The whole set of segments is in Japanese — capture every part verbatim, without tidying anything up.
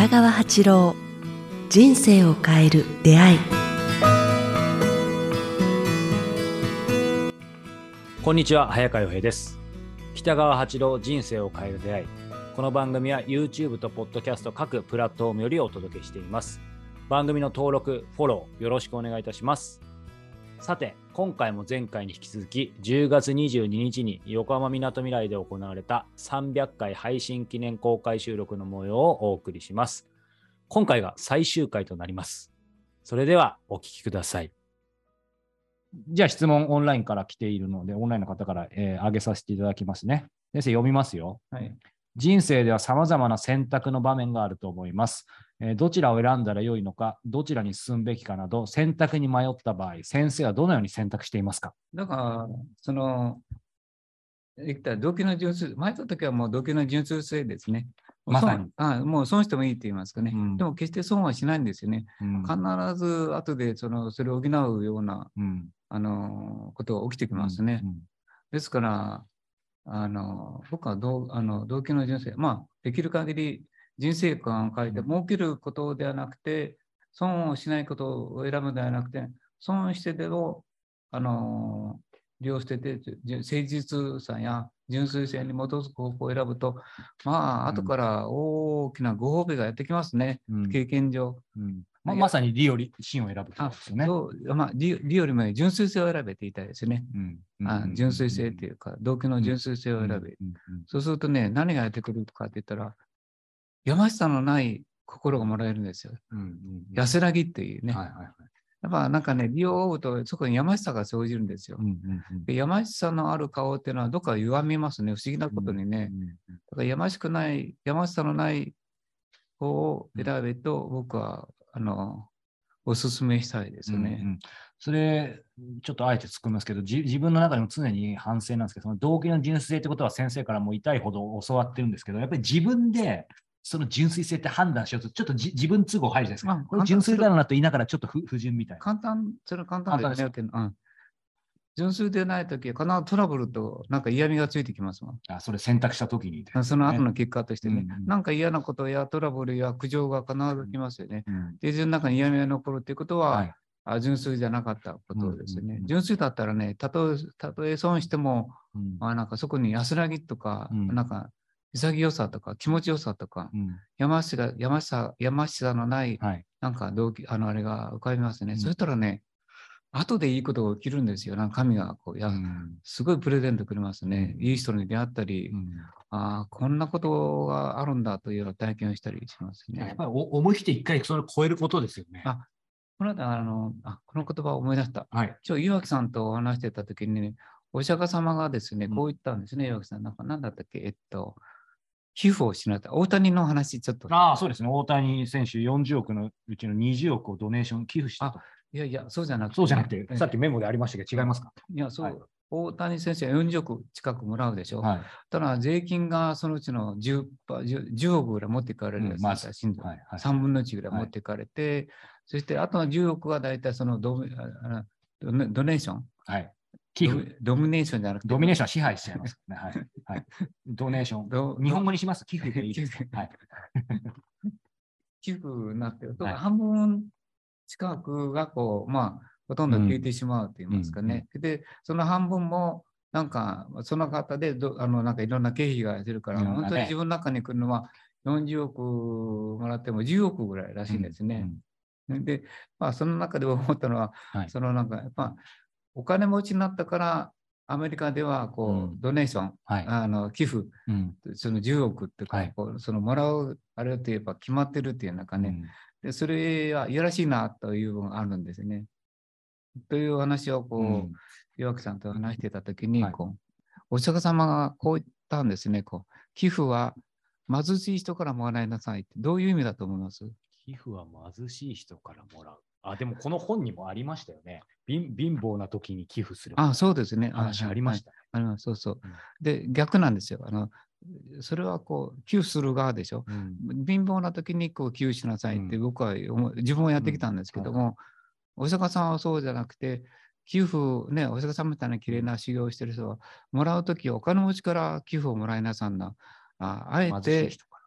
北川八郎、人生を変える出会い。 こんにちは、早川洋平です。北川八郎、人生を変える出会い。この番組は YouTube と Podcast 各プラットフォームよりお届けしています。番組の登録、フォローよろしくお願いいたします。さて、今回も前回に引き続きじゅうがつにじゅうににちに横浜みなとみらいで行われたさんびゃっかい配信記念公開収録の模様をお送りします。今回が最終回となります。それではお聞きください。じゃあ質問オンラインから来ているので、オンラインの方から、えー、上げさせていただきますね。先生、読みますよ。はい、人生では様々な選択の場面があると思います。えー、どちらを選んだらよいのか、どちらに進むべきかなど、選択に迷った場合、先生はどのように選択していますか？ だから、その、言ったら動機の純粋、迷ったときはもう動機の純粋性ですね。 まさに。 あもう損してもいいって言いますかね。うん、でも決して損はしないんですよね。うん、必ず後でそのそれを補うような、うん、あのことが起きてきますね。うんうん、ですから、あの僕はどうあの動機の純粋、まあ、できる限り人生観を変えて儲けることではなくて、損をしないことを選ぶのではなくて、損してでも、あの利用してて、誠実さや純粋性に基づく方法を選ぶと、まあ、後から大きなご褒美がやってきますね、うん、経験上。 うんまあ、まさに利より真を選ぶということですよね。 そうまあ、利, 利よりも純粋性を選べて言いたいですね。うんうんうんうん、あ純粋性というか、動機の純粋性を選べ、うんうんうん。そうするとね、何がやってくるかって言ったら、やましさのない心がもらえるんですよ。うんうんうん、安らぎっていうね。はいはいはい、やっぱなんかね、利を負うと、そこにやましさが生じるんですよ。うんうんうん、でやましさのある顔っていうのは、どっか歪みますね、不思議なことにね。うんうんうん、だからやましくない、やましさのない方を選べと、僕は、あの、お勧めしたいですよね。 うんうん、それ、ちょっとあえて突っ込みますけど、自分の中でも常に反省なんですけど、その動機の純粋性ってことは先生からも痛いほど教わってるんですけど、やっぱり自分でその純粋性って判断しようと、ちょっと自分都合入るじゃないですか。まあ、これ純粋だろうなと言いながら、ちょっと不不純みたいな。 簡単、それは簡単ですね。うん、純粋でないときは、必ずトラブルとなんか嫌味がついてきますもん。 あ、それ選択したときに、 ね。その後の結果としてね、うんうん、なんか嫌なことやトラブルや苦情が必ず来ますよね。うん、で、自分の中に嫌味が残るっていうことは、はい、あ純粋じゃなかったことですよね。うんうんうん、純粋だったらね、たとえ、たとえ損しても、うん、あなんかそこに安らぎとか、うん、なんか潔さとか気持ちよさとか、うん、やましがやましさ、やましさのない、はい、なんか動機、あのあれが浮かびますね。うん、そしたらね、後でいいことが起きるんですよ。なんか神がこうや、うん、すごいプレゼントくれますね。うん、いい人に出会ったり、うん、あこんなことがあるんだというような体験をしたりしますね。 やっぱり思い切って一回それを超えることですよね。 あこの間あのあ、この言葉を思い出した。はい、今日、岩木さんとお話してたときに、ね、お釈迦様がですね、こう言ったんですね、うん、岩木さん。なんか何だったっけ、えっと、寄付をしなかった。大谷の話、ちょっと。 ああ、そうですね。大谷選手よんじゅうおくのうちのにじゅうおくをドネーション寄付したと。 いやいや、そうじゃなくて、 そうじゃなくて、さっきメモでありましたけど、違いますか？ いや、そう、はい、大谷選手はよんじゅうおく近くもらうでしょ。はい、ただ、税金がそのうちの 10, じゅうおくぐらい持っていかれるやつです、うんまはいはい、さんぶんのいちぐらい持っていかれて、はい、そしてあとのじゅうおくは大体その ド, ド, ドネーション。はい寄付ドミネーションじゃなくて。 ドミネーションは支配しちゃいますね。はいはい、ドネーション。日本語にします。寄付でいいです。はい、 寄付になってると、はい、半分近くがこう、まあ、ほとんど消えてしまうと言いますかね。うんうんうん、で、その半分も、なんか、その方でど、あの、なんかいろんな経費が出るから、ね、本当に自分の中に来るのはよんじゅうおくもらってもじゅうおくぐらいらしいんですね。うんうん、で、まあ、その中で思ったのは、はい、そのなんか、やっぱ、お金持ちになったから、アメリカではこう、うん、ドネーション、はい、あの寄付、うん、そのじゅうおくっていうか、はい、こうそのもらうあれといえば決まってるっていう中ね、うん、でそれはいやらしいなという部分があるんですね。という話をこう、うん、岩木さんと話してたときに、こう、はい、お釈迦様がこう言ったんですね。こう寄付は貧しい人からもらいなさいって、どういう意味だと思います？ 寄付は貧しい人からもらう。あ、でもこの本にもありましたよね。貧, 貧乏な時に寄付する。 あ、そうですね。 話ありました、ね。 はいはい、そうそう、うん。で、逆なんですよ。あのそれはこう寄付する側でしょ。うん、貧乏な時にこう寄付しなさいって僕は、うん、自分はやってきたんですけども、うんはい、お釈迦さんはそうじゃなくて、寄付ね、お釈迦さんみたいな綺麗な修行をしてる人は、もらうときお金持ちから寄付をもらいなさんな。ああえて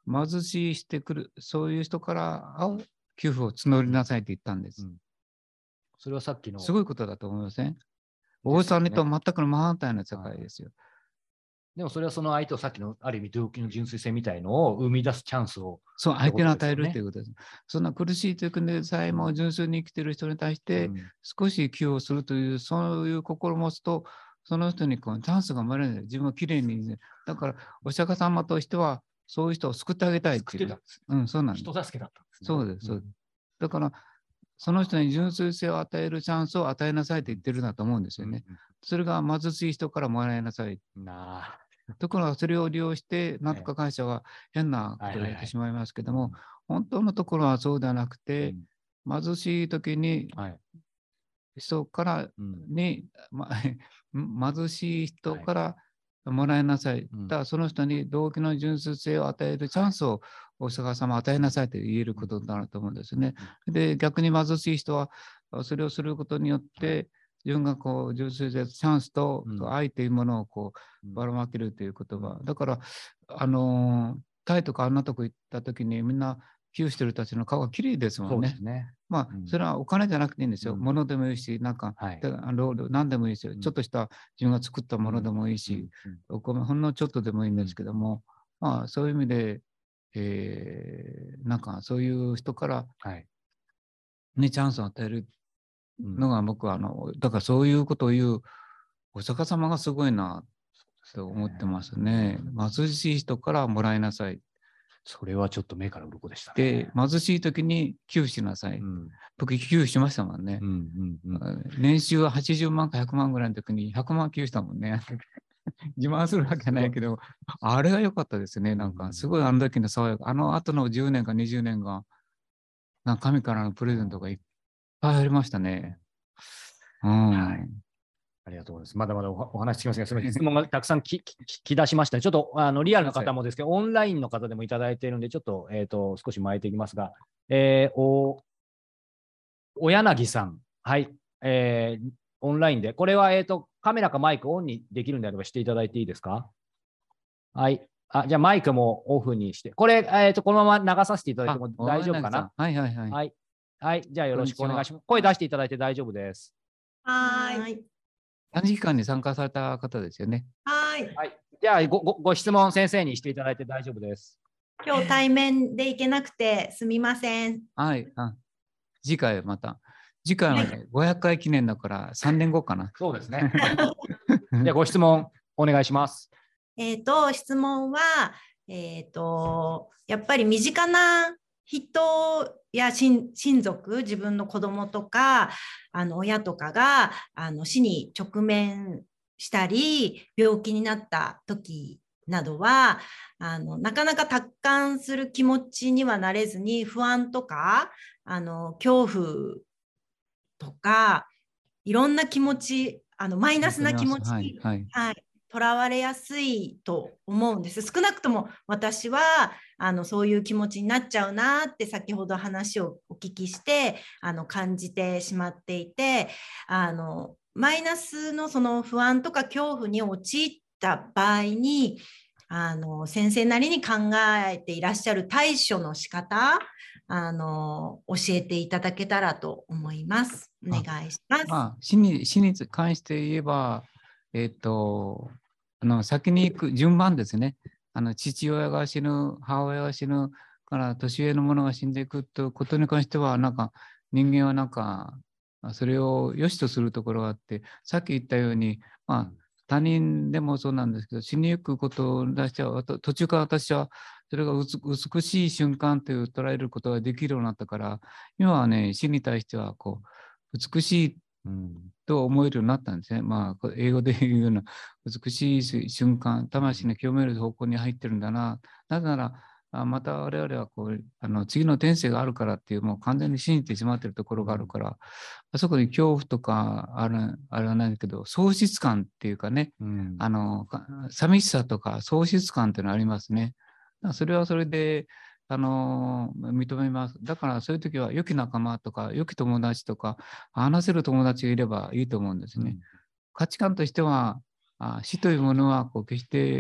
貧しいしてくる、そういう人から給付を募りなさいと言ったんです。うん、 それはさっきの。 すごいことだと思いません？大納めと全くの真反対な世界ですよ。 でもそれはその相手をさっきのある意味動機の純粋性みたいのを生み出すチャンスを、 そう、相手に与えるということです。そんな苦しい時でさえも純粋に生きている人に対して少し寄与するという、うん、そういう心を持つと、その人にこうチャンスが生まれない。自分をきれいに。だから、お釈迦様としては、そういう人を救ってあげたいっていう。うん、そうなんです。 人助けだったんですね。 そうです、そうです。だから、その人に純粋性を与えるチャンスを与えなさいと言ってるんだと思うんですよね。それが貧しい人からもらいなさい。 なところがそれを利用して、なんとか会社は変なことをやってしまいますけども、本当のところはそうではなくて、うん、貧しい時に、人からに、ま、貧しい人からもらいなさい。はい、だからその人に動機の純粋性を与えるチャンスをお釈迦様与えなさいと言えることだなと思うんですね。で、逆に貧しい人はそれをすることによって、はい、自分がこう純粋性、チャンスと愛というものをこうばらまけるという言葉。だから、あのー、タイとかあんなとこ行った時にみんな寄付してる人たちの顔がきれいですもんね。 そうですね。 まあ、それはお金じゃなくていいんですよ。うん、物でもいいし、なんか、はい、何でもいいですよ、うん。ちょっとした自分が作ったものでもいいし、うん、お米ほんのちょっとでもいいんですけども、まあ、そういう意味で、えー、なんかそういう人から、ね、チャンスを与えるのが僕は、あの、だからそういうことを言うお釈迦様がすごいなと思ってますね。貧しい人からもらいなさい。 それはちょっと目から鱗でしたね。で、貧しい時に寄付しなさい。うん、僕、寄付しましたもんね。うんうんうん、年収ははちじゅうまんかひゃくまんぐらいの時にひゃくまん寄付したもんね。自慢するわけじゃないけど、あれが良かったですね。なんか、すごいあの時の爽やか。あの後のじゅうねんかにじゅうねんが、なんか神からのプレゼントがいっぱいありましたね。うん。はい。 ありがとうございます。まだまだお話しきますが、すみません。質問がたくさんききき出しました。ちょっとあのリアルの方もですけど、オンラインの方でもいただいているんで、ちょっと,、えー、と少し巻いていきますが、えー、おお柳さん、はい、えー、オンラインで、これは、えー、とカメラかマイクオンにできるんであればしていただいていいですか？はい。あ、じゃあマイクもオフにして、これ、えー、とこのまま流させていただいても大丈夫かな？ はいはいはい。 はい。はい。じゃあよろしくお願いします。声出していただいて大丈夫です。 はい。 短時間に参加された方ですよね。 はい。 はい。じゃあごご、ご質問先生にしていただいて大丈夫です。 今日対面で行けなくてすみません。 はい。あ、次回また。次回は、ね、はい、ごひゃっかい記念だからさんねんごかな。 そうですね。じゃあご質問お願いします。 えっと、質問は、えっと、やっぱり身近な人や親族、自分の子供とか、あの親とかがあの死に直面したり、病気になった時などは、あのなかなか達観する気持ちにはなれずに、不安とか、あの恐怖とか、いろんな気持ち、あのマイナスな気持ちに、はいはい、とらわれやすいと思うんです。少なくとも私はあのそういう気持ちになっちゃうなって先ほど話をお聞きしてあの感じてしまっていて、あのマイナスのその不安とか恐怖に陥った場合に、あの先生なりに考えていらっしゃる対処の仕方、あの教えていただけたらと思います。お願いします。 まあ、死に、死に関して言えば、えっと、あの先に行く順番ですね。あの父親が死ぬ、母親が死ぬから年上の者が死んでいくということに関しては、なんか人間はなんかそれを良しとするところがあって、さっき言ったように、まあ、他人でもそうなんですけど、死にゆくことに対しては、途中から私はそれが美しい瞬間という捉えることができるようになったから、今はね、死に対してはこう美しいと思えるようになったんですね。まあ、英語で言うような美しい瞬間、魂の清める方向に入ってるんだな。なぜなら、また我々はこうあの次の転生があるからっていう、もう完全に信じてしまっているところがあるから、あそこに恐怖とかあるあれはないけど、喪失感っていうかね、うん、あの寂しさとか喪失感っていうのがありますね。それはそれであの認めます。だからそういう時は良き仲間とか良き友達とか話せる友達がいればいいと思うんですね。うん、価値観としては死というものはこう決して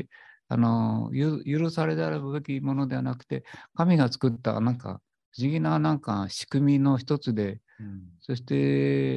あの許されるべきものではなくて、神が作ったなんか不思議ななんか仕組みの一つで、うん、そして、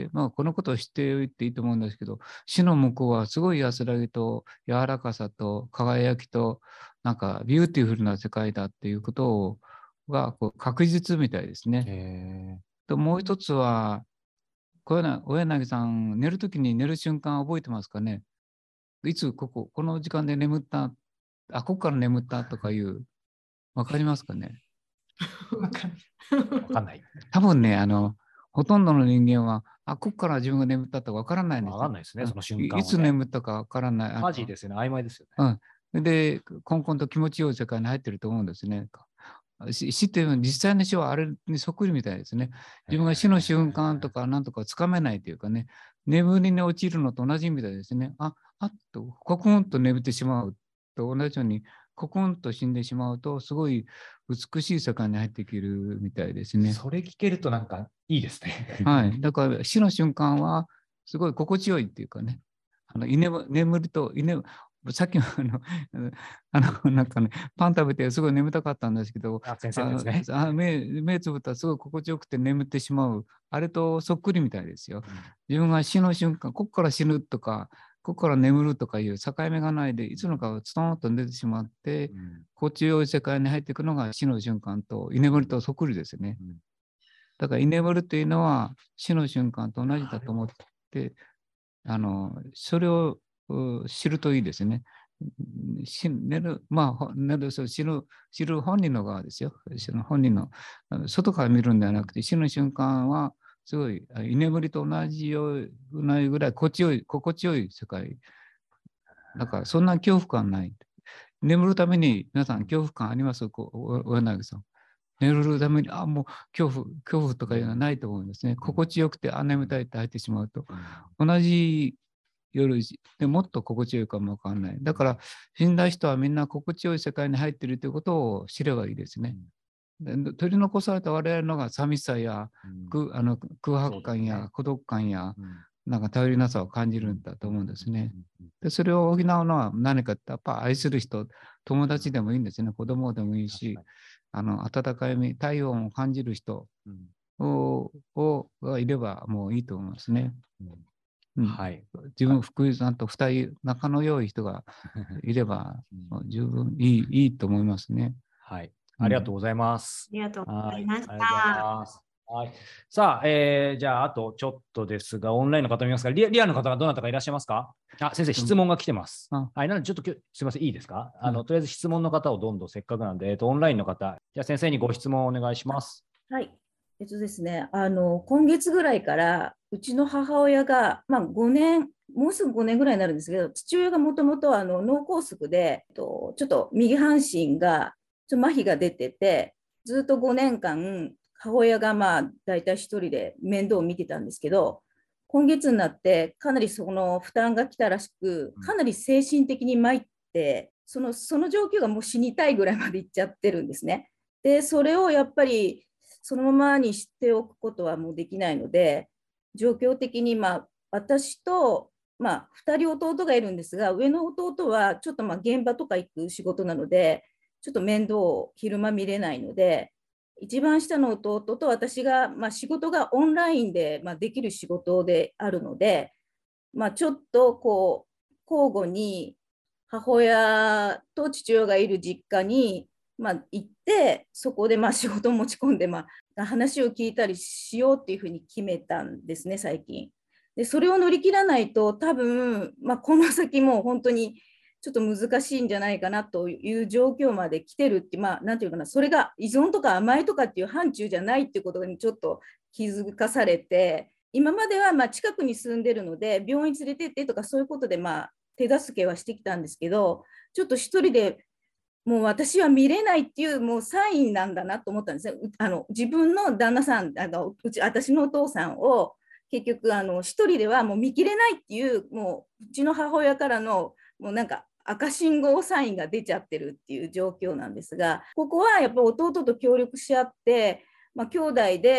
まあ、このことを知っておいていいと思うんですけど、死の向こうはすごい安らぎと柔らかさと輝きとなんかビューティフルな世界だっていうことをがこう確実みたいですね。 へともう一つは、小柳さん、寝るときに寝る瞬間覚えてますかね？いつここ、この時間で眠った、あ、ここから眠ったとかいう、わかりますかね？ わかんわかんない。 多分ね、あの、ほとんどの人間は、あ、ここから自分が眠ったとかわからないんですよ。 わかんないですね、その瞬間は、ね。 いつ眠ったかわからない。 マジですよね、曖昧ですよね。 うん。で、こんこんと気持ちよい世界に入ってると思うんですね。死っていうのは実際の死はあれにそっくりみたいですね。自分が死の瞬間とかなんとかつかめないというかね、眠りに陥るのと同じみたいですね。あ、あっと、コクンと眠ってしまうと同じように、コクンと死んでしまうと、すごい美しい世界に入ってくるみたいですね。 それ聞けるとなんかいいですね。 はい。だから死の瞬間は、すごい心地よいっていうかね、あの眠ると、さっきのあの、あのなんかね、パン食べてすごい眠たかったんですけど、 あ、先生ですね。 あ目、目つぶったらすごい心地よくて眠ってしまう。あれとそっくりみたいですよ。うん、自分が死の瞬間、ここから死ぬとか、ここから眠るとかいう境目がないで、いつのかストーンと出てしまって、うん、心地よい世界に入っていくのが死の瞬間と、居眠りとそっくりですね。うん、だから居眠るというのは死の瞬間と同じだと思って、あの、それを知るといいですね。死寝る、まあ、寝る、死ぬ、知る本人の側ですよ。死ぬ本人の、外から見るんではなくて、死ぬ瞬間は、すごい、居眠りと同じようなぐらい心地よい、心地よい世界。だから、そんな恐怖感ない。眠るために、皆さん、恐怖感あります？小柳さん。寝るために、あ、もう恐怖、恐怖とかいうのはないと思うんですね。心地よくて、あ、眠たいって入ってしまうと、同じ夜でもっと心地よいかもわかんない。だから、死んだ人はみんな心地よい世界に入っているということを知ればいいですね。で取り残された我々のが寂しさや、うん、あの空白感や孤独感や、うん、なんか頼りなさを感じるんだと思うんですね。でそれを補うのは何かって、やっぱ愛する人、友達でもいいんですね。子供でもいいし、あの温かい目、体温を感じる人を、をがいればもういいと思いますね。うん、はい、自分、福井さんとふたり仲の良い人がいれば、十分いい、いいと思いますね。 はい、ありがとうございます。 ありがとうございました。 はい、さあ、えー、じゃあ、あとちょっとですが、オンラインの方見ますか？リア、リアルの方がどなたかいらっしゃいますか？あ、先生、質問が来てます。うん、はい、なので、ちょっとすみません、いいですか？あの、うん、とりあえず質問の方をどんどんせっかくなんで、えっと、オンラインの方、じゃあ先生にご質問をお願いします。 はい。えっとですね、あの、今月ぐらいから、うちの母親が、まあ、ごねん、もうすぐごねんぐらいになるんですけど、父親がもともと脳梗塞で、ちょっと右半身がちょっと麻痺が出てて、ずっとごねんかん、母親がまあ大体一人で面倒を見てたんですけど、今月になってかなりその負担が来たらしく、かなり精神的に参って、その、その状況がもう死にたいぐらいまでいっちゃってるんですね。で、それをやっぱりそのままにしておくことはもうできないので、状況的に、まあ、私と、まあ、ふたり弟がいるんですが、上の弟はちょっとまあ現場とか行く仕事なので、ちょっと面倒を昼間見れないので、一番下の弟と私が、まあ、仕事がオンラインで、まあ、できる仕事であるので、まあ、ちょっとこう交互に母親と父親がいる実家に、まあ、行って、そこでまあ仕事を持ち込んで、まあ、話を聞いたりしようっていうふうに決めたんですね、最近。で、それを乗り切らないと、多分、まあ、この先もう本当にちょっと難しいんじゃないかなという状況まで来てるって、まあ、なんていうかな、それが依存とか甘えとかっていう範疇じゃないっていうことにちょっと気づかされて、今まではまあ近くに住んでるので、病院連れてってとかそういうことでまあ手助けはしてきたんですけど、ちょっと一人でもう私は見れないっていうもうサインなんだなと思ったんですね。あの自分の旦那さん、あのうち私のお父さんを結局あの一人ではもう見切れないっていう、もううちの母親からのもうなんか赤信号サインが出ちゃってるっていう状況なんですが、ここはやっぱり弟と協力し合って、まあ、兄弟で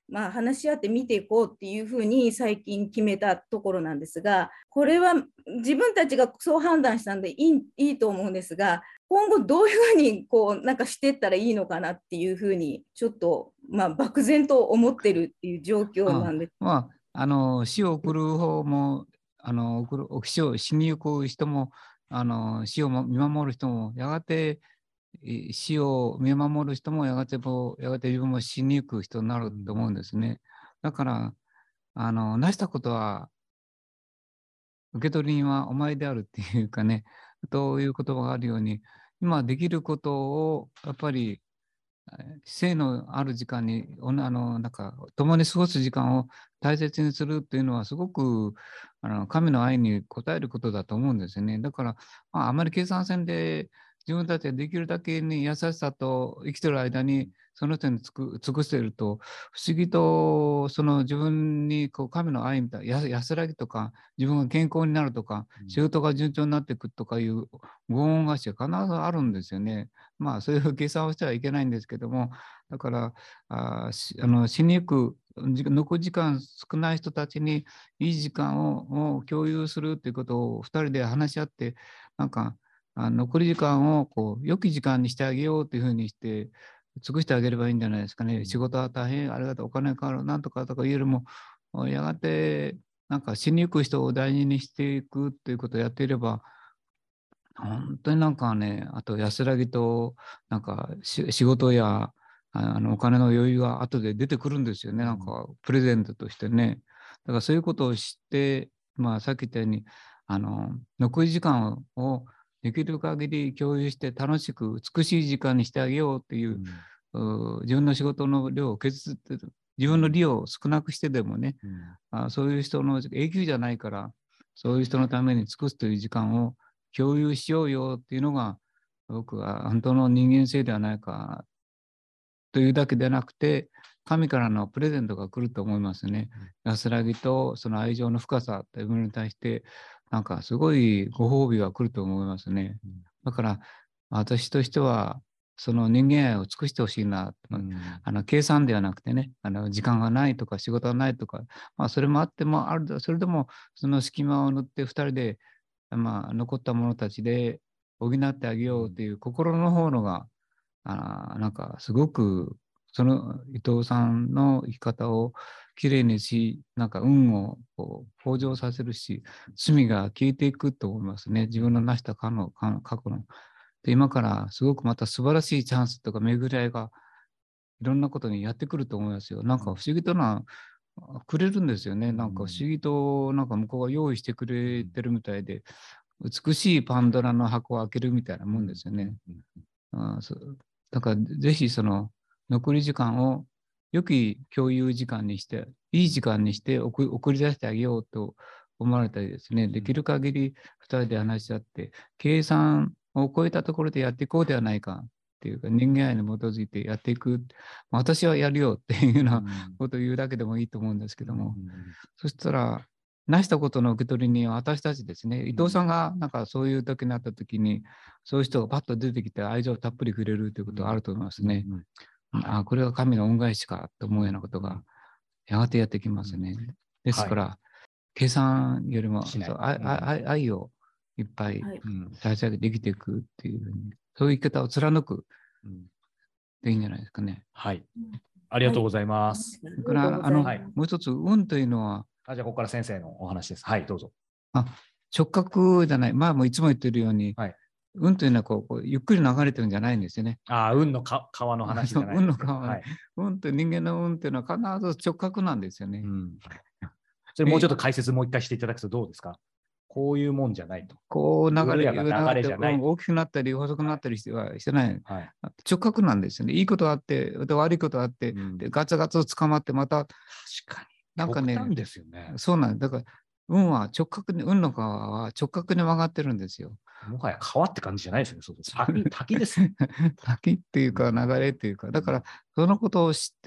まあ、話し合って見ていこうっていうふうに最近決めたところなんですが、これは自分たちがそう判断したんでいい、いいと思うんですが、今後どういうふうにこうなんかしていったらいいのかなっていうふうにちょっと、まあ、漠然と思ってるっていう状況なんです。 あまあ、あの死を送る方もあの送る死を死に行く人もあの死を見守る人もやがて死を見守る人もやがてもやがて自分も死に行く人になると思うんですね。だからあの成したことは受取人はお前であるっていうかね、という言葉があるように、今できることをやっぱり生のある時間にあのなんか共に過ごす時間を大切にするっていうのはすごくあの神の愛に応えることだと思うんですよね。だから、まあ、あまり計算線で自分たちができるだけに優しさと生きてる間にその人に尽く尽くしていると不思議とその自分にこう神の愛みたいな安らぎとか自分が健康になるとか仕事が順調になっていくとかいうご恩返しが必ずあるんですよね。まあそういう計算をしてはいけないんですけども、だからああの死に行く残り時間少ない人たちにいい時間をを共有するということをふたりで話し合って、なんかあ残り時間をこう良き時間にしてあげようというふうにして尽くしてあげればいいんじゃないですかね。仕事は大変ありがとう、お金かかる、なんとかとか言うよりも、やがてなんか死に行く人を大事にしていくということをやっていれば、本当になんかね、あと安らぎと、なんか仕事やあのお金の余裕が後で出てくるんですよね。なんかプレゼントとしてね。だからそういうことを知って、まあさっき言ったように、あの残り時間をできる限り共有して楽しく美しい時間にしてあげようっていう、うん、自分の仕事の量を削って自分の利を少なくしてでもね、うん、あそういう人の永久じゃないからそういう人のために尽くすという時間を共有しようよっていうのが僕は本当の人間性ではないかというだけでなくて神からのプレゼントが来ると思いますね。うん、安らぎとその愛情の深さというものに対してなんかすごいご褒美が来ると思いますね。うん、だから私としてはその人間愛を尽くしてほしいな、うん、あの計算ではなくてね、あの時間がないとか仕事がないとか、まあ、それもあってもある、それでもその隙間を縫ってふたりで、まあ、残った者たちで補ってあげようという心の方のが、あなんかすごくその伊藤さんの生き方をきれいにし、なんか運をこう向上させるし、罪が消えていくと思いますね。自分の成した過の過去の。で今からすごくまた素晴らしいチャンスとか巡り合いがいろんなことにやってくると思いますよ。なんか不思議となくれるんですよね。なんか不思議となんか向こうが用意してくれてるみたいで、美しいパンドラの箱を開けるみたいなもんですよね。あだからぜひその残り時間を良き共有時間にして、いい時間にして送り出してあげようと思われたりですね、できる限りふたりで話し合って、計算を超えたところでやっていこうではないかっていうか、人間愛に基づいてやっていく、私はやるよっていうようなことを言うだけでもいいと思うんですけども、うん、そしたら、成したことの受け取りに私たちですね、伊藤さんがなんかそういう時になった時に、そういう人がパッと出てきて愛情をたっぷりくれるということがあると思いますね。うんうんうん、あこれは神の恩返しかと思うようなことがやがてやってきますね。ですから、はい、計算よりも愛, 愛, 愛をいっぱい立ち上げて生きていくっていうふうに、そういう生き方を貫くでいいんじゃないですかね。 はい。ありがとうございます。 はい、から、あの、はい、もう一つ、運というのは、 あじゃあ、ここから先生のお話です。はい、どうぞ。 あ直角じゃない、まあ、もういつも言ってるように、はい、運というのはこうこうゆっくり流れてるんじゃないんですよね。 ああ、運のか川の話じゃないです、 運の川、はい、運と人間の運というのは必ず直角なんですよね。うん、 それもうちょっと解説もう一回していただくとどうですか。こういうもんじゃないと。 こう流れが流れじゃない。大きくなったり細くなったりしてはしてない。はい、直角なんですよね。いいことあって、悪いことあって、うん、でガツガツ捕まってまた。 確かに。なんかね。極端ですよね。 そうなんです。だから運は直角に、運の川は直角に曲がってるんですよ。 もはや川って感じじゃないですよね。そう滝、滝ですね。 滝っていうか流れっていうか、だからそのことを知って、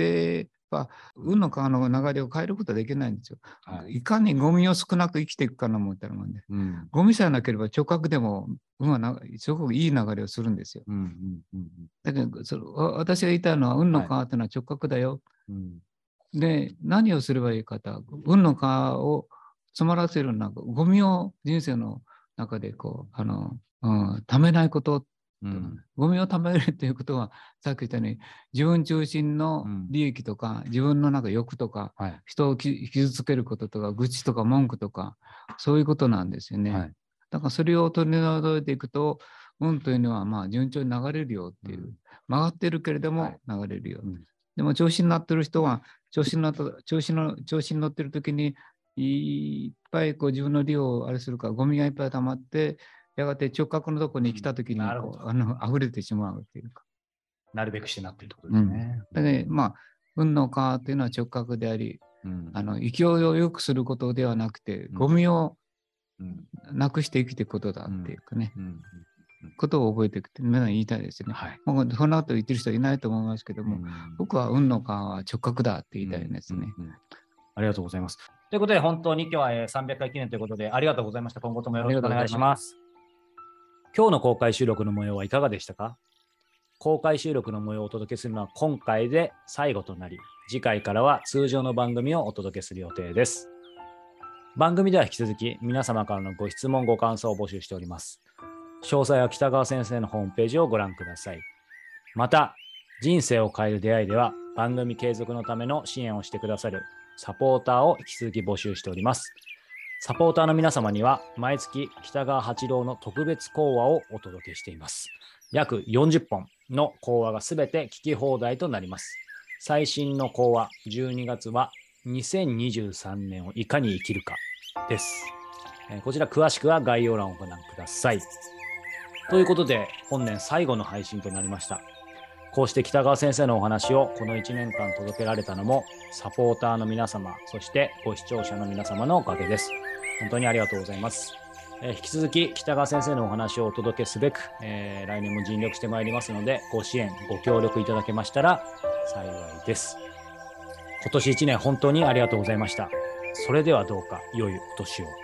運の川の流れを変えることはできないんですよ。はい、いかにゴミを少なく生きていくかなもんたらもんで、うん、ゴミさえなければ直角でも運はなすごくいい流れをするんですよ。うんうんうん、だけどそれ私が言いたいのは運の川っていうのは直角だよ。はい、うんで、何をすればいいかと、運の川を詰まらせるなんか、ゴミを人生の中でこう、あの、うん、ためないこと、うん、ゴミをためるということは、さっき言ったように、自分中心の利益とか、うん、自分のなんか欲とか、はい、人を傷つけることとか、愚痴とか文句とか、そういうことなんですよね。はい、だからそれを取り除いていくと、運というのはまあ順調に流れるよっていう、うん、曲がってるけれども流れるよ。はい、でも調子になってる人は、調子になった調子の調子に乗ってる時にいっぱいこう自分の利をあれするからゴミがいっぱい溜まってやがて直角のところに来た時にこう、うん、あの溢れてしまうというか、 なるべくしてなっているところですね。 うん、だからまあ運の川というのは直角であり、うん、あの勢いを良くすることではなくて、ゴミをなくして生きていくことだっていうかね、うんうんうん、ことを覚えていくって皆さん言いたいですよね。はい、もうそんなこと言ってる人いないと思いますけども、うん、僕は運の川は直角だって言いたいですね、 うんうんうん。ありがとうございます。ということで本当に今日はさんびゃっかい記念ということでありがとうございました。今後ともよろしくお願いします。今日の公開収録の模様はいかがでしたか？公開収録の模様をお届けするのは今回で最後となり、次回からは通常の番組をお届けする予定です。番組では引き続き皆様からのご質問ご感想を募集しております。詳細は北川先生のホームページをご覧ください。また、人生を変える出会いでは番組継続のための支援をしてくださるサポーターを引き続き募集しております。サポーターの皆様には毎月北川八郎の特別講話をお届けしています。約よんじゅっぽんの講話がすべて聞き放題となります。最新の講話じゅうにがつはにせんにじゅうさんねんをいかに生きるかです。こちら詳しくは概要欄をご覧ください。ということで本年最後の配信となりました。こうして北川先生のお話をこのいちねんかん届けられたのもサポーターの皆様、そしてご視聴者の皆様のおかげです。本当にありがとうございます。えー、引き続き北川先生のお話をお届けすべく、えー、来年も尽力してまいりますので、ご支援ご協力いただけましたら幸いです。今年いちねん本当にありがとうございました。それではどうか良いお年を。